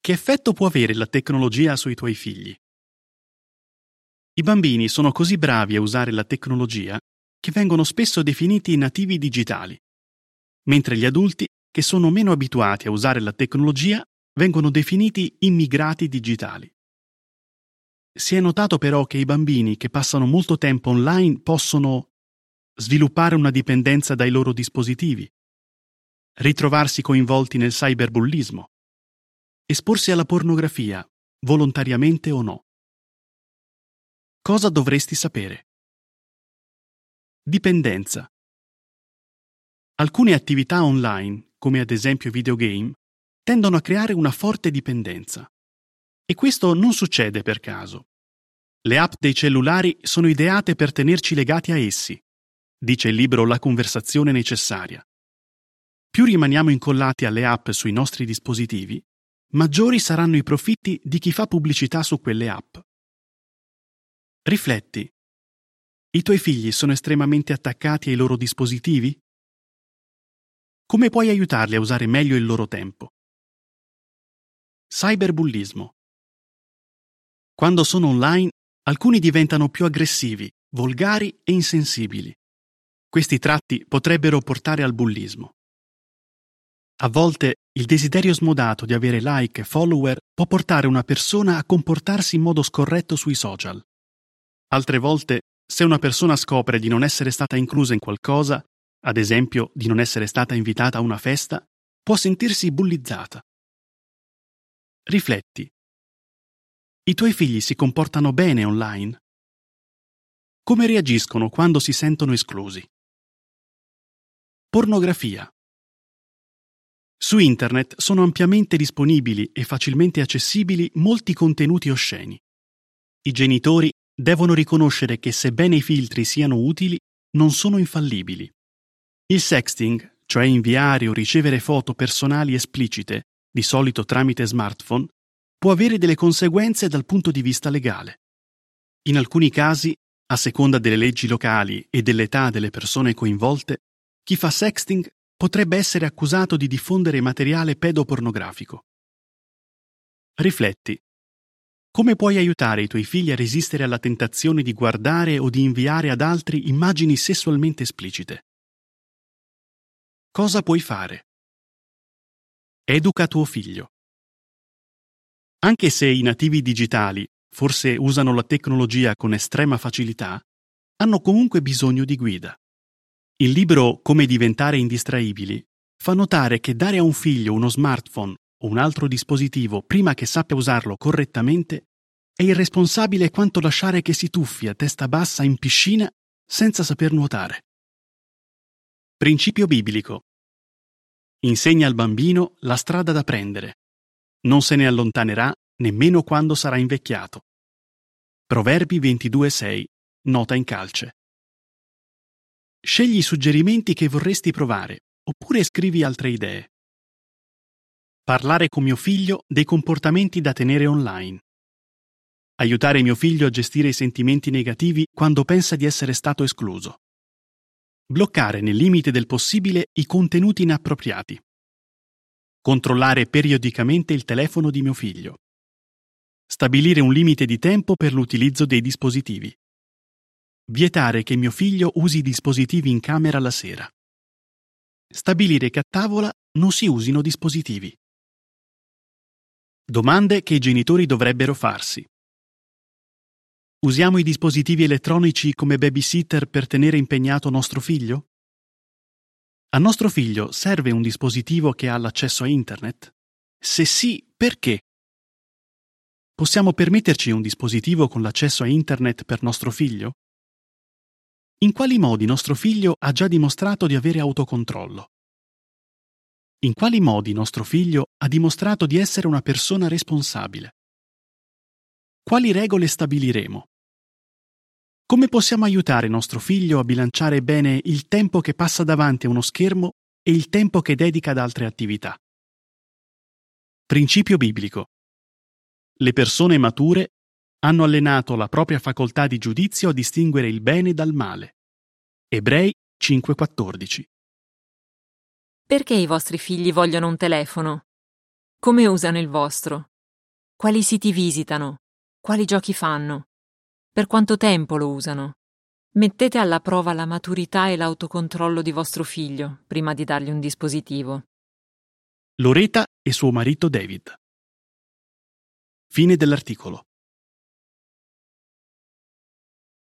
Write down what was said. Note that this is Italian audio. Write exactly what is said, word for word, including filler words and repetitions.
Che effetto può avere la tecnologia sui tuoi figli? I bambini sono così bravi a usare la tecnologia che vengono spesso definiti nativi digitali, mentre gli adulti, che sono meno abituati a usare la tecnologia, vengono definiti immigrati digitali. Si è notato però che i bambini che passano molto tempo online possono sviluppare una dipendenza dai loro dispositivi, ritrovarsi coinvolti nel cyberbullismo, esporsi alla pornografia, volontariamente o no. Cosa dovresti sapere? Dipendenza. Alcune attività online, come ad esempio videogame, tendono a creare una forte dipendenza. E questo non succede per caso. Le app dei cellulari sono ideate per tenerci legati a essi, dice il libro La conversazione necessaria. Più rimaniamo incollati alle app sui nostri dispositivi, maggiori saranno i profitti di chi fa pubblicità su quelle app. Rifletti. I tuoi figli sono estremamente attaccati ai loro dispositivi? Come puoi aiutarli a usare meglio il loro tempo? Cyberbullismo. Quando sono online, alcuni diventano più aggressivi, volgari e insensibili. Questi tratti potrebbero portare al bullismo. A volte il desiderio smodato di avere like e follower può portare una persona a comportarsi in modo scorretto sui social. Altre volte, se una persona scopre di non essere stata inclusa in qualcosa, ad esempio di non essere stata invitata a una festa, può sentirsi bullizzata. Rifletti. I tuoi figli si comportano bene online? Come reagiscono quando si sentono esclusi? Pornografia. Su internet sono ampiamente disponibili e facilmente accessibili molti contenuti osceni. I genitori devono riconoscere che sebbene i filtri siano utili, non sono infallibili. Il sexting, cioè inviare o ricevere foto personali esplicite, di solito tramite smartphone, può avere delle conseguenze dal punto di vista legale. In alcuni casi, a seconda delle leggi locali e dell'età delle persone coinvolte, chi fa sexting potrebbe essere accusato di diffondere materiale pedopornografico. Rifletti. Come puoi aiutare i tuoi figli a resistere alla tentazione di guardare o di inviare ad altri immagini sessualmente esplicite? Cosa puoi fare? Educa tuo figlio. Anche se i nativi digitali forse usano la tecnologia con estrema facilità, hanno comunque bisogno di guida. Il libro Come diventare indistraibili fa notare che dare a un figlio uno smartphone o un altro dispositivo prima che sappia usarlo correttamente è irresponsabile quanto lasciare che si tuffi a testa bassa in piscina senza saper nuotare. Principio biblico. Insegna al bambino la strada da prendere. Non se ne allontanerà nemmeno quando sarà invecchiato. Proverbi ventidue sei, nota in calce. Scegli i suggerimenti che vorresti provare, oppure scrivi altre idee. Parlare con mio figlio dei comportamenti da tenere online. Aiutare mio figlio a gestire i sentimenti negativi quando pensa di essere stato escluso. Bloccare nel limite del possibile i contenuti inappropriati. Controllare periodicamente il telefono di mio figlio. Stabilire un limite di tempo per l'utilizzo dei dispositivi. Vietare che mio figlio usi i dispositivi in camera la sera. Stabilire che a tavola non si usino dispositivi. Domande che i genitori dovrebbero farsi. Usiamo i dispositivi elettronici come babysitter per tenere impegnato nostro figlio? A nostro figlio serve un dispositivo che ha l'accesso a internet? Se sì, perché? Possiamo permetterci un dispositivo con l'accesso a internet per nostro figlio? In quali modi nostro figlio ha già dimostrato di avere autocontrollo? In quali modi nostro figlio ha dimostrato di essere una persona responsabile? Quali regole stabiliremo? Come possiamo aiutare nostro figlio a bilanciare bene il tempo che passa davanti a uno schermo e il tempo che dedica ad altre attività? Principio biblico. Le persone mature hanno allenato la propria facoltà di giudizio a distinguere il bene dal male. Ebrei cinque quattordici. Perché i vostri figli vogliono un telefono? Come usano il vostro? quali siti visitano, quali giochi fanno, per quanto tempo lo usano. Mettete alla prova la maturità e l'autocontrollo di vostro figlio prima di dargli un dispositivo. Loretta e suo marito David. Fine dell'articolo.